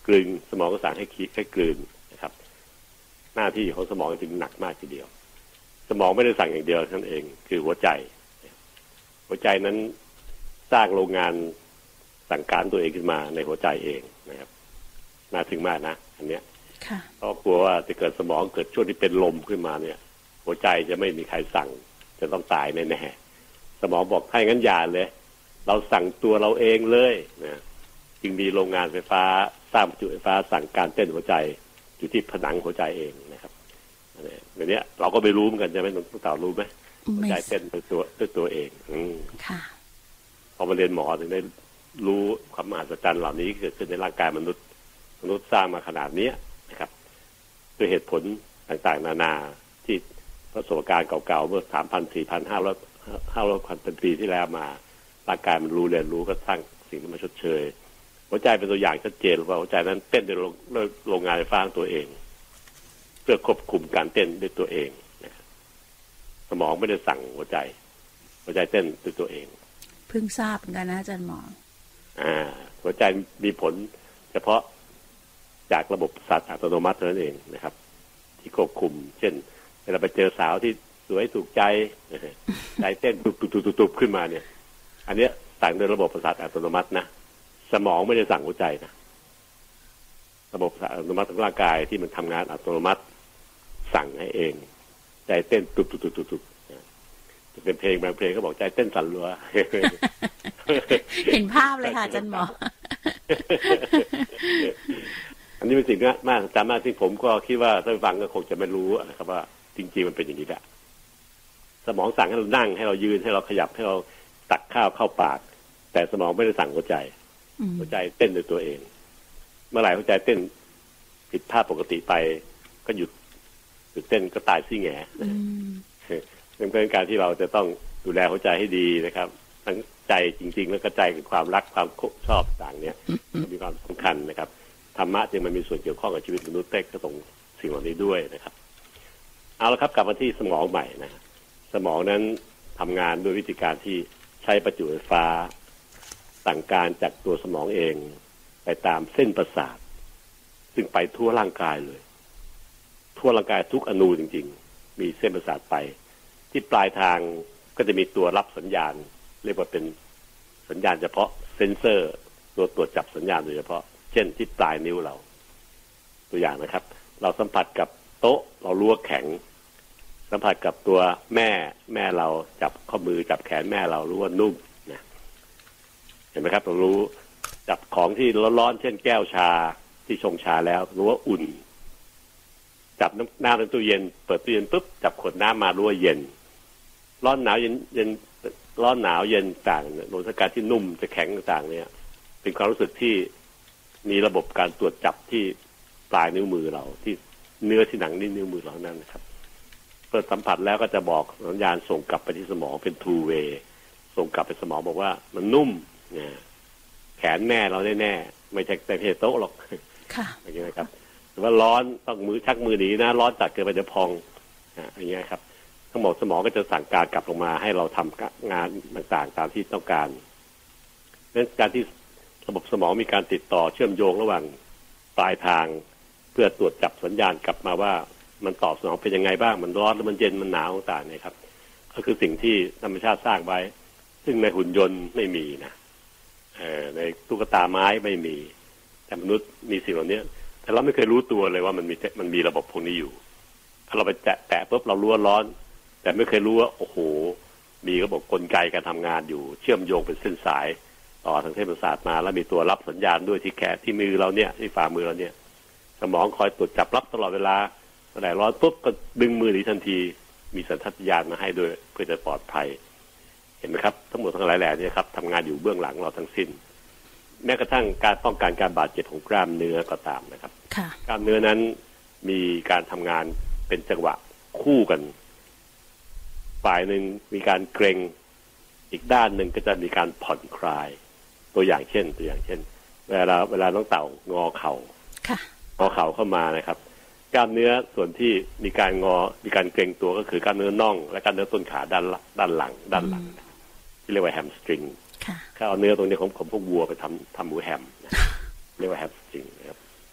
กลืนสมองก็สั่งให้กลืนนะครับหน้าที่ของสมองจึงหนักมากทีเดียวสมองไม่ได้สั่งอย่างเดียวนั่นเองคือหัวใจนั้นสร้างโรงงานสั่งการตัวเองขึ้นมาในหัวใจเองนะครับน่าทึ่งมากนะอันเนี้ยเพราะกลัวว่าจะเกิดสมองเกิดช่วงที่เป็นลมขึ้นมาเนี่ยหัวใจจะไม่มีใครสั่งจะต้องตายแน่ๆสมองบอกให้งั้นอย่าเลยเราสั่งตัวเราเองเลยนะจึงมีโรงงานไฟฟ้าสร้างประจุไฟฟ้าสั่งการเต้นหัวใจอยู่ที่ผนังหัวใจเองนะครับแบบนี้เราก็ไม่รู้เหมือนกันใช่ไหมน้องเต่ารู้ไหมหัวใจเต้นด้วยตัวเองพอมาเรียนหมอถึงได้รู้ความมหัศจรรย์เหล่านี้เกิดขึ้นในร่างกายมนุษย์สร้างมาขนาดนี้นะครับด้วยเหตุผลต่างๆนานาที่ประสบการณ์เก่าๆเมื่อ 3,000 4,000 500 ปีที่แล้วมาร่างกายมันรู้เรียนรู้ก็สร้างสิ่งที่มาชดเชยหัวใจเป็นตัวอย่างชัดเจนว่าหัวใจนั้นเต้นด้วยโรงงานไฟฟ้าตัวเองเพื่อควบคุมการเต้นด้วยตัวเองนะครับสมองไม่ได้สั่งหัวใจเต้นด้วยตัวเอง
เพิ่งทราบกันนะอาจารย์หมอ
หัวใจมีผลเฉพาะจากระบบประสาทอัตโนมัติเท่านั้นเองนะครับที่ควบคุมเช่นเวลาไปเจอสาวที่สวยถูกใจใจเต้นตุบๆขึ้นมาเนี่ยอันเนี้ยสั่งโดยระบบประสาทอัตโนมัตินะสมองไม่ได้สั่งหัวใจนะระบบประสาทอัตโนมัติของร่างกายที่มันทำงานอัตโนมัติสั่งให้เองใจเต้นตุบๆเป็นเพลงบางเพลงก็บอกใจเต้นสั่นรัว
เห็นภาพเลยค่ะอาจารย์หมอ
อันนี้เป็นสิ่งที่มากจำมากที่ผมก็คิดว่าถ้าฟังก็คงจะไม่รู้นะครับว่าจริงๆมันเป็นอย่างนี้แหละสมองสั่งให้เรานั่งให้เรายืนให้เราขยับให้เราตักข้าวเข้าปากแต่สมองไม่ได้สั่งหัวใจเต้นด้วยตัวเองเมื่อไหร่หัวใจเต้นผิดพลาดปกติไปก็หยุดเต้นก็ตายซี่แง่เป็นการที่เราจะต้องดูแลหัวใจให้ดีนะครับทั้งใจจริงๆแล้วก็ใจกับความรักความชอบต่างเนี่ยมีความสำคัญนะครับธรรมะจึงมันมีส่วนเกี่ยวข้องกับชีวิตมนุษย์เต็กก็ตรงสิ่งเหล่านี้ด้วยนะครับเอาละครับกลับมาที่สมองใหม่นะสมองนั้นทำงานด้วยวิธีการที่ใช้ประจุไฟฟ้าสั่งการจากตัวสมองเองไปตามเส้นประสาทซึ่งไปทั่วร่างกายเลยทั่วร่างกายทุกอนูจริงๆมีเส้นประสาทไปที่ปลายทางก็จะมีตัวรับสัญญาณเรียกว่าเป็นสัญญาณเฉพาะเซ็นเซอร์ตัวตรวจจับสัญญาณโดยเฉพาะเช่นที่ปลายนิ้วเราตัวอย่างนะครับเราสัมผัสกับโต๊ะเรารู้ว่าแข็งสัมผัสกับตัวแม่เราจับข้อมือจับแขนแม่เรารู้ว่านุ่มนะเห็นไหมครับเรารู้จับของที่ร้อนๆเช่นแก้วชาที่ชงชาแล้วรู้ว่าอุ่นจับน้ำในตู้เย็นเปิดตู้เย็นปุ๊บจับขวดน้ำมารู้ว่าเย็นร้อนหนาวเย็นร้อนหนาวเย็นต่างโดยสกัดที่นุ่มจะแข็งต่างเนี่ยเป็นความรู้สึกที่มีระบบการตรวจจับที่ปลายนิ้วมือเราที่เนื้อที่หนังนิ้วมือเรานั่นนะครับเปิดสัมผัสแล้วก็จะบอกสัญญาณส่งกลับไปที่สมองเป็น two way ส่งกลับไปสมองบอกว่ามันนุ่มเนี่ยแขนแม่เราแน่ๆไม่ใช่แต่โต๊ะหรอก
ค่ะ
อย่างนี้นะครับหรือว่าร้อนต้องมือชักมือหนีนะร้อนจัดเกินไปจะพองอย่างเงี้ยครับทั้งหมดสมองก็จะสั่งการกลับลงมาให้เราทำงานต่างๆตามที่ต้องการดังนั้นการที่ระบบสมองมีการติดต่อเชื่อมโยงระหว่างปลายทางเพื่อตรวจจับสัญญาณกลับมาว่ามันตอบสนองเป็นยังไงบ้างมันร้อนหรือมันเย็นมันหนาวต่างๆเนี่ยครับก็คือสิ่งที่ธรรมชาติสร้างไว้ซึ่งในหุ่นยนต์ไม่มีนะในตุ๊กตาไม้ไม่มีแต่มนุษย์มีสิ่งเหล่านี้แต่เราไม่เคยรู้ตัวเลยว่ามันมีระบบพวกนี้อยู่ถ้าเราไปแตะปุ๊บเรารู้ว่าร้อนแต่ไม่เคยรู้ว่าโอ้โหมีระบบกลไกการทำงานอยู่เชื่อมโยงเป็นเส้นสายต่อทางเส้นประสาทมาแล้วมีตัวรับสัญญาณด้วยที่แขนที่มือเราเนี่ยที่ฝ่ามือเราเนี่ยสมองคอยตรวจจับรับตลอดเวลาเมื่อไหร่ร้อนปุ๊บก็ดึงมือหนีทันทีมีสัญชาตญาณมาให้ด้วยเพื่อจะปลอดภัยเห็นไหมครับทั้งหมดทั้งหลายแหล่นี่ครับทำงานอยู่เบื้องหลังเราทั้งสิ้นแม้กระทั่งการป้องกันการบาดเจ็บของกล้ามเนื้อก็ตามนะครับกล้ามเนื้อนั้นมีการทำงานเป็นจังหวะคู่กันฝ่ายหนึ่งมีการเกร็งอีกด้านหนึ่งก็จะมีการผ่อนคลายตัวอย่างเช่นเวลาน้องเต่างอเข่างอเข่าเข้ามานะครับกล้ามเนื้อส่วนที่มีการมีการเกร็งตัวก็คือกล้ามเนื้อน่องและกล้ามเนื้อต้นขาด้านหลังที่เรียกว่าแฮมสตริงเขาเอาเนื้อตรงนี้ของพวกวัวไปทำหมูแฮมเรียกว่าแฮมสตริงนะครับ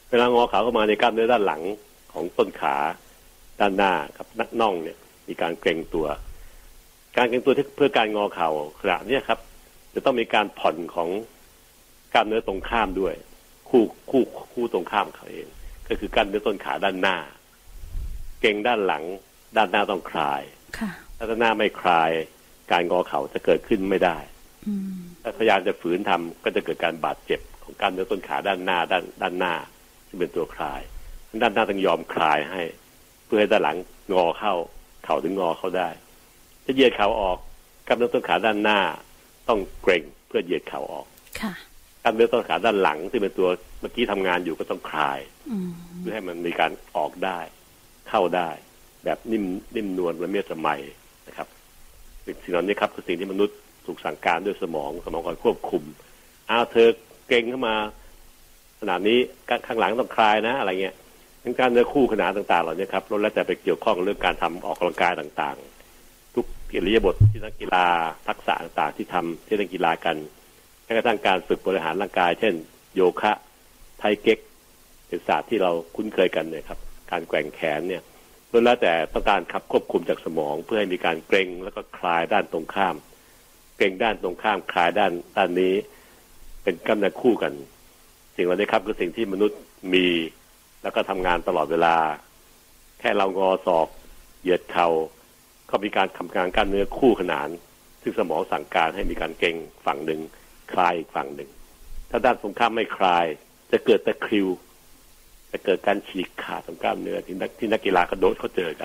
เวลางอเข่าเข้ามาในกล้ามเนื้อด้านหลังของต้นขาด้านหน้าครับน่องเนี่ยมีการเกร็งตัวการเกร็งตัวเพื่อการงอเข่าขณะนี้ครับจะต้องมีการผ่อนของกล้ามเนื้อตรงข้ามด้วยคู่ตรงข้ามเขาเองก็คือกล้ามเนื้อต้นขาด้านหน้าเกร็งด้านหลังด้านหน้าต้องคลายถ้าด้านหน้าไม่คลายการงอเข่าจะเกิดขึ้นไม่ได้ถ้าพยายามจะฝืนทำก็จะเกิดการบาดเจ็บของกล้ามเนื้อต้นขาด้านหน้าด้านหน้าที่เป็นตัวคลายด้านหน้าต้องยอมคลายให้เพื่อให้ด้านหลังงอเข้าเข่าถึงงอเข้าได้จะเหยียดเข่าออกกล้ามเนื้อต้นขาด้านหน้าต้องเกร็งเพื่อเหยียดเข่าออกกล้ามเนื้อต้นขาด้านหลังที่เป็นตัวเมื่อกี้ทำงานอยู่ก็ต้องคลายเพื่อให้มันมีการออกได้เข้าได้แบบนิ่มนวลละเมียดละไมนะครับสิ่งเหล่านี้ครับคือสิ่งที่มนุษย์ถูกสั่งการด้วยสมองคอยควบคุมเธอเกร็งเข้ามาขนาดนี้ข้างหลังต้องคลายนะอะไรเงี้ยทั้งการเนื้อคู่ขนาดต่างๆเหล่านี้ครับแล้วแต่ไปเกี่ยวข้องเรื่องการทำออกกำลังกายต่างๆทุกอิริยาบถที่นักกีฬาทักษะต่างๆที่ทำที่นักกีฬากันแม้กระทั่งการฝึกบริหารร่างกายเช่นโยคะไทเก๊กเป็นศาสตร์ที่เราคุ้นเคยกันเนี่ยครับการแกว่งแขนเนี่ยแล้วแต่ต้องการขับควบคุมจากสมองเพื่อให้มีการเกร็งแล้วก็คลายด้านตรงข้ามเกร็งด้านตรงข้ามคลายด้านนี้เป็นกล้ามเนื้อคู่กันสิ่งเหล่านี้ครับคือสิ่งที่มนุษย์มีแล้วก็ทำงานตลอดเวลาแค่เรางอศอกเหยียดเข่าก็มีการทำงานกล้ามเนื้อคู่ขนานซึ่งสมองสั่งการให้มีการเกร็งฝั่งหนึ่งคลายอีกฝั่งหนึ่งถ้าด้านตรงข้ามไม่คลายจะเกิดตะคริวจะเกิดการฉีกขาดของกล้ามเนื้อที่นักกีฬากระโดดเขาเจอกัน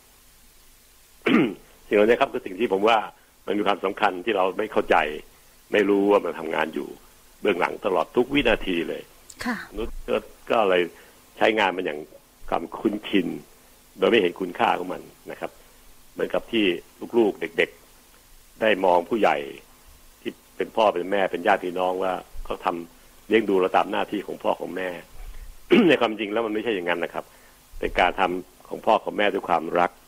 สิ่งเหล่านี้ครับคือสิ่งที่ผมว่ามันมีความสำคัญที่เราไม่เข้าใจไม่รู้ว่ามันทำงานอยู่เบื้องหลังตลอดทุกวินาทีเลยมนุษย์ก็เลยใช้งานมันอย่างความคุ้นชินโดยไม่เห็นคุณค่าของมันนะครับเหมือนกับที่ลูกๆเด็กๆได้มองผู้ใหญ่ที่เป็นพ่อเป็นแม่เป็นญาติพี่น้องว่าเขาทำเลี้ยงดูเราตามหน้าที่ของพ่อของแม่ ในความจริงแล้วมันไม่ใช่อย่างนั้นนะครับเป็นการทำของพ่อของแม่ด้วยความรัก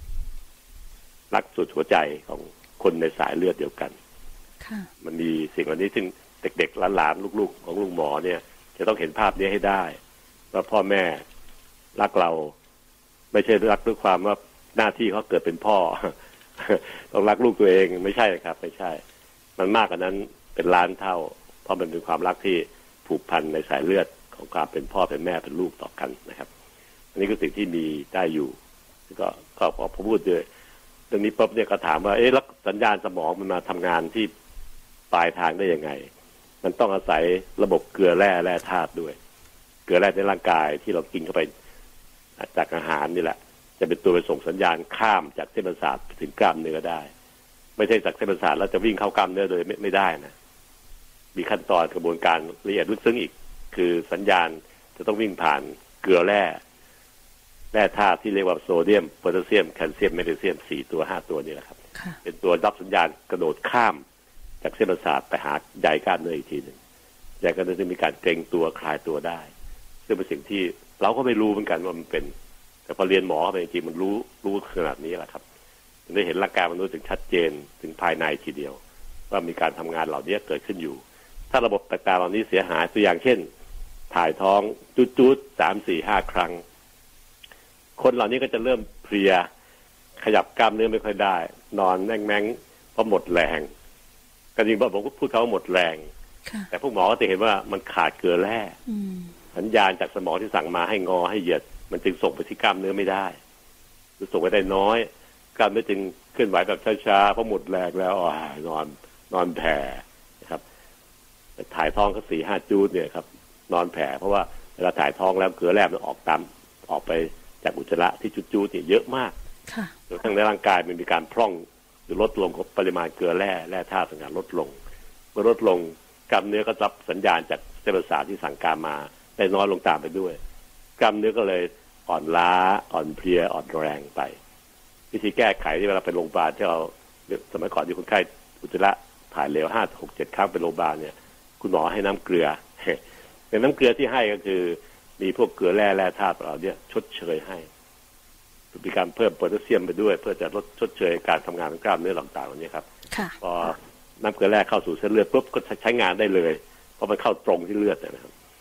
สุดหัวใจของคนในสายเลือดเดียวกันมันมีสิ่งเหล่านี้ซึ่งเด็กๆหลานๆลูกๆของลุงหมอเนี่ยจะต้องเห็นภาพนี้ให้ได้ว่าพ่อแม่รักเราไม่ใช่รักด้วยความว่าหน้าที่เขาเกิดเป็นพ่อ ต้องรักลูกตัวเองไม่ใช่ครับไม่ใช่มันมากกว่านั้นเป็นล้านเท่าเพราะมันเป็นความรักที่ผูกพันในสายเลือดของความเป็นพ่อเป็นแม่เป็นลูกต่อกันนะครับอันนี้คือสิ่งที่มีได้อยู่ก็พอพูดด้วยเรื่องนี้ปุ๊บเนี่ยก็ถามว่าแล้วสัญญาณสมองมันมาทำงานที่ปลายทางได้ยังไงมันต้องอาศัยระบบเกลือแร่ธาตุด้วยเกลือแร่ในร่างกายที่เรากินเข้าไปจากอาหารนี่แหละจะเป็นตัวไปส่งสัญญาณข้ามจากเส้นประสาทถึงกล้ามเนื้อได้ไม่ใช่จากเส้นประสาทแล้วจะวิ่งเข้ากล้ามเนื้อโดยไม่ได้นะมีขั้นตอนกระบวนการละเอียดลึกซึ้งอีกคือสัญญาณจะต้องวิ่งผ่านเกลือแร่ธาตุที่เรียกว่าโซเดียมโพแทสเซียมแคลเซียมแมกนีเซียม4ตัว5ตัวนี่แหละครับเป็นตัวรับสัญญาณกระโดดข้ามจากเส้นประสาทไปหาใยกล้ามเนื้ออีกทีหนึ่งใยกล้ามเนื้อจะมีการเกร็งตัวคลายตัวได้ซึ่งเป็นสิ่งที่เราก็ไม่รู้เหมือนกันว่ามันเป็นแต่พอเรียนหมอไปจริงๆมันรู้ขนาดนี้แหละครับได้เห็นร่างกายมนุษย์ถึงชัดเจนถึงภายในทีเดียวว่ามีการทำงานเหล่านี้เกิดขึ้นอยู่ถ้าระบบต่างๆเหล่านี้เสียหายตัวอย่างเช่นถ่ายท้องจุดๆ3-4-5 ครั้งคนเหล่านี้ก็จะเริ่มเพลียขยับกล้ามเนื้อไม่ค่อยได้นอนแม่งๆเพราะหมดแรงก็จริงผมก็พูดเขาหมดแรงแต่พวกหมอก็จะเห็นว่ามันขาดเกลือแร่สัญญาณจากสมองที่สั่งมาให้งอให้เหยียดมันจึงส่งไปที่กล้ามเนื้อไม่ได้หรือส่งไปได้น้อยกล้ามเนื้อจึงเคลื่อนไหวแบบช้าๆเพราะหมดแรงแล้วนอนแผ่นะครับถ่ายท้องก็4-5 จูดเนี่ยครับนอนแผ่เพราะว่าเวลาถ่ายท้องแล้วเกลือแร่มันออกไปจากอุจจาระที่จูดๆเนี่ยเยอะมากจนทั้งในร่างกายมันมีการพร่องหรือลดลงของปริมาณเกลือแร่ธาตุต่างๆลดลงเมื่อลดลงกล้ามเนื้อก็รับสัญญาณจากเส้นประสาทที่สั่งการมาได้น้อยลงตามไปด้วยกล้ามเนื้อก็เลยอ่อนล้าอ่อนเพลียอ่อนแรงไปวิธีแก้ไขที่เวลาไปโรงพยาบาลที่เราสมัยก่อนที่คนไข้อุจจาระถ่ายเหลว5-6-7 ครั้งไปโรงพยาบาลเนี่ยคุณหมอให้น้ำเกลือแต่น้ำเกลือที่ให้ก็คือมีพวกเกลือแร่ธาตุเราเนี่ยชดเชยให้มีการเพิ่มโพแทสเซียมไปด้วยเพื่อจะลดชดเชยการทำงานของกล้ามเนื้อต่างๆเหล่านี้ครับพอน้ำเกลือแร่เข้าสู่เส้นเลือดปุ๊บก็ใช้งานได้เลยเพราะมันเข้าตรงที่เลือดนะครับ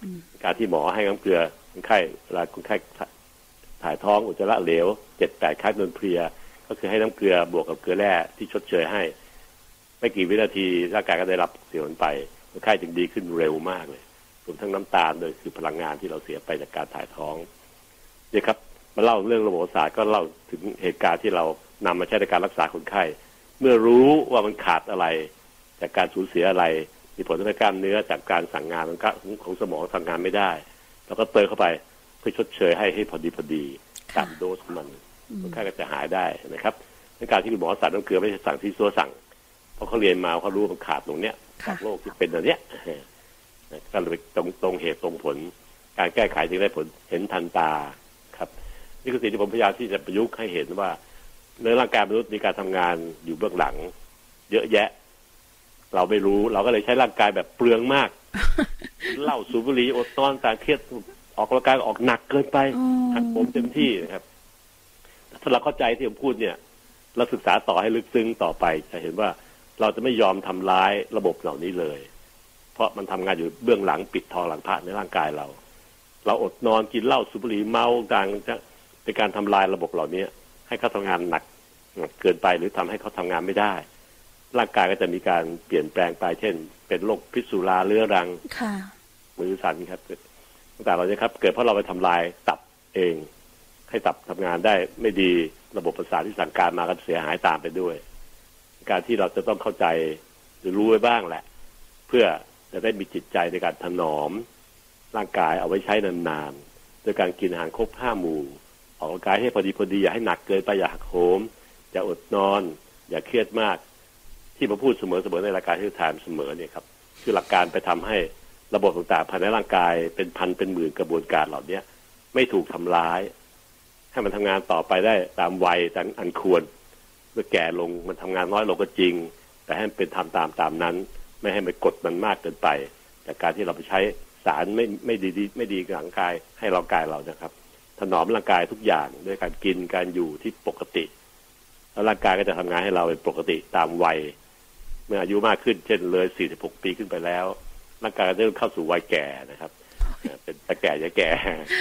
การที่หมอให้น้ำเกลือคนไข้เวลาคนไข้ถ่ายท้องอุจจาระเหลว 7-8 ครั้งจนเพลียก็คือให้น้ำเกลือบวกกับเกลือแร่ที่ชดเชยให้ไม่กี่วินาทีร่างกายก็ได้รับเสียผลไปคนไข้จึงดีขึ้นเร็วมากเลยรวมทั้งน้ำตาลโดยคือพลังงานที่เราเสียไปจากการถ่ายท้องนี่ครับมาเล่าเรื่องระบบประสาทก็เล่าถึงเหตุการณ์ที่เรานำมาใช้ในการรักษาคนไข้เมื่อรู้ว่ามันขาดอะไรจากการสูญเสียอะไรมีผลต่อกล้ามเนื้อจากการสั่งงานของสมองทำงานไม่ได้แล้วก็เติมเข้าไปเพื่อชดเชยให้พอดีตามโดสของมันคนไข้ก็จะหายได้นะครับในการที่คุณหมอสั่งน้ำเกลือไม่ใช่สั่งที่ซัวสั่งเพราะเขาเรียนมาเขารู้มันขาดตรงเนี้ยจากโรคที่เป็นแบบเนี้ยก็เลยตรงเหตุตรงผลการแก้ไขจึงได้ผลเห็นทันตาครับนี่คือสิ่งที่ผมพยายามที่จะประยุกต์ให้เห็นว่าในร่างกายมนุษย์มีการทำงานอยู่เบื้องหลังเยอะแยะเราไม่รู้เราก็เลยใช้ร่างกายแบบเปลืองมากเหล้าสูบบุหรี่อดนอนการเครียดออกกำลังกายออกหนักเกินไปหักโหมเต็มที่นะครับถ้าเราเข้าใจที่ผมพูดเนี่ยเราศึกษาต่อให้ลึกซึ้งต่อไปจะเห็นว่าเราจะไม่ยอมทำร้ายระบบเหล่านี้เลยเพราะมันทำงานอยู่เบื้องหลังปิดทองหลังพระในร่างกายเราอดนอนกินเหล้าสูบบุหรี่เมาต่างจะเป็นการทำลายระบบเหล่านี้ให้เขาทำงานหนักเกินไปหรือทำให้เขาทำงานไม่ได้ร่างกายก็จะมีการเปลี่ยนแปลงไปเช่นเป็นโรคพิษสุราเรื้อรังมือสั่นครับต่างๆเราเนี่ยครับเกิดเพราะเราไปทำลายตับเองให้ตับทำงานได้ไม่ดีระบบประสาทที่สั่งการมาก็เสียหายตามไปด้วยการที่เราจะต้องเข้าใจหรือรู้ไว้บ้างแหละเพื่อจะได้มีจิตใจในการถนอมร่างกายเอาไว้ใช้นานๆโดยการกินอาหารครบ5 หมู่ออกกำลังกายให้พอดีอย่าให้หนักเกินไปอย่าหักโหมอย่าอดนอนอย่าเครียดมากที่ผมพูดเสมอในรายการที่ทานเสมอเนี่ยครับคือหลักการไปทำให้ระบบต่างๆภายในร่างกายเป็นพันเป็นหมื่นกระบวนการเหล่านี้ไม่ถูกทำร้ายให้มันทำงานต่อไปได้ตามวัยตามอันควรเมื่อแก่ลงมันทำงานน้อยลงก็จริงแต่ให้มันเป็นทำตามนั้นไม่ให้มันกดมันมากเกินไปจากการที่เราไปใช้สารไม่ดีกับร่างกายให้ร่างกายเรานะครับถนอมร่างกายทุกอย่างด้วยการกินการอยู่ที่ปกติแล้วร่างกายก็จะทำงานให้เราเป็นปกติตามวัยเมื่ออายุมากขึ้นเช่นเลย46 ปีขึ้นไปแล้วร่างกายก็จะเริ่มเข้าสู่วัยแก่นะครับเป็นตะแก่ยะแก่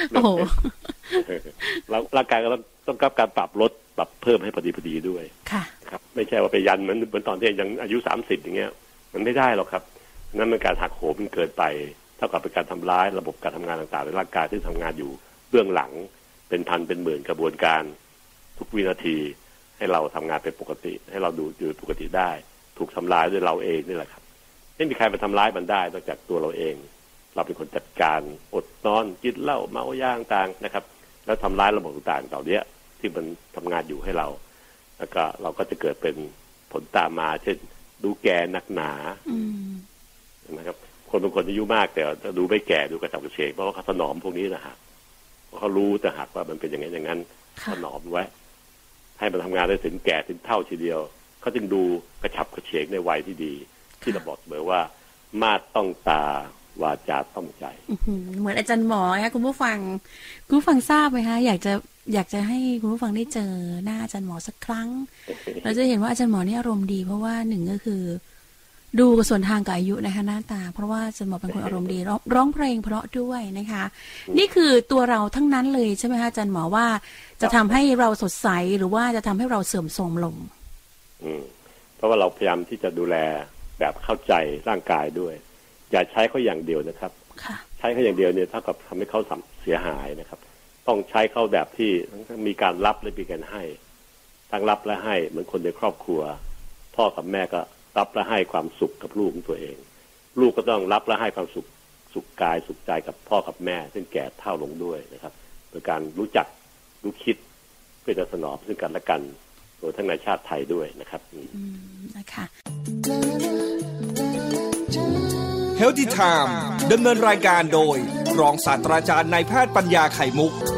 แล้วร่างกายก็ต้องรับการปรับเพิ่มให้พอดีด้วยครับไม่ใช่ว่าไปยันเหมือนตอนที่ยังอายุ30อย่างเงี้ยมันไม่ได้หรอกครับนั่นเป็นการหักโหมเกินไปเท่ากับเป็นการทำร้ายระบบการทำงานต่างๆในร่างกายที่ทำงานอยู่เบื้องหลังเป็นพันเป็นหมื่นกระบวนการทุกวินาทีให้เราทำงานเป็นปกติให้เราดูอยู่ปกติได้ถูกทำลายด้วยเราเองนี่แหละครับไม่มีใครมาทำร้ายมันได้นอกจากตัวเราเองเราเป็นคนจัดการอดนอนกินเหล้าเมายาต่างนะครับแล้วทำร้ายระบบต่างๆเหล่านี้ที่มันทำงานอยู่ให้เราแล้วก็เราก็จะเกิดเป็นผลตามมาเช่นดูแก่หนักหนานะครับคนบางคนอายุมากแต่ดูไม่แก่ดูกระฉับกระเฉงเพราะว่าเขาถนอมพวกนี้นะฮะเพราะเขารู้แต่หากว่ามันเป็นอย่างนั้นถนอมไว้ให้มันทำงานได้ถึงแก่ถึงเท่าทีเดียวเขาจึงดูกระฉับกระเฉงในวัยที่ดีที่เราบอกเสมอว่ามาดต้องตาวาจาต้องใจ
เหมือนอาจารย์หมอค่ะคุณผู้ฟังทราบไหมคะอยากจะให้คุณผู้ฟังได้เจอหน้าอาจารย์หมอสักครั้งเราจะเห็นว่าอาจารย์หมอนี่อารมณ์ดีเพราะว่าหนึ่งก็คือดูกับส่วนทางกับอายุนะคะหน้าตาเพราะว่าอาจารย์หมอเป็นคนอารมณ์ดีร้องเพลงเพราะด้วยนะคะนี่คือตัวเราทั้งนั้นเลยใช่ไหมคะอาจารย์หมอว่าจะทำให้เราสดใสหรือว่าจะทำให้เราเสื่อมโทรมลง
เพราะว่าเราพยายามที่จะดูแลแบบเข้าใจร่างกายด้วยอย่าใช้เขาอย่างเดียวนะครับใช้เขาอย่างเดียวเนี่ยเท่ากับทำให้เขาเสียหายนะครับต้องใช้เขาแบบที่มีการรับและมีการให้ทั้งรับและให้เหมือนคนในครอบครัวพ่อกับแม่ก็รับและให้ความสุขกับลูกของตัวเองลูกก็ต้องรับและให้ความสุขกายสุขใจกับพ่อกับแม่ซึ่งแก่เฒ่าลงด้วยนะครับโดยการรู้จักรู้คิดเพื่อจะสนองซึ่งกันและกันโดยทั้งในชาติไทยด้วยนะครับ
นะคะ
Healthy Time ดำเนินรายการโดยรองศาสตราจารย์นายแพทย์ปัญญาไข่มุก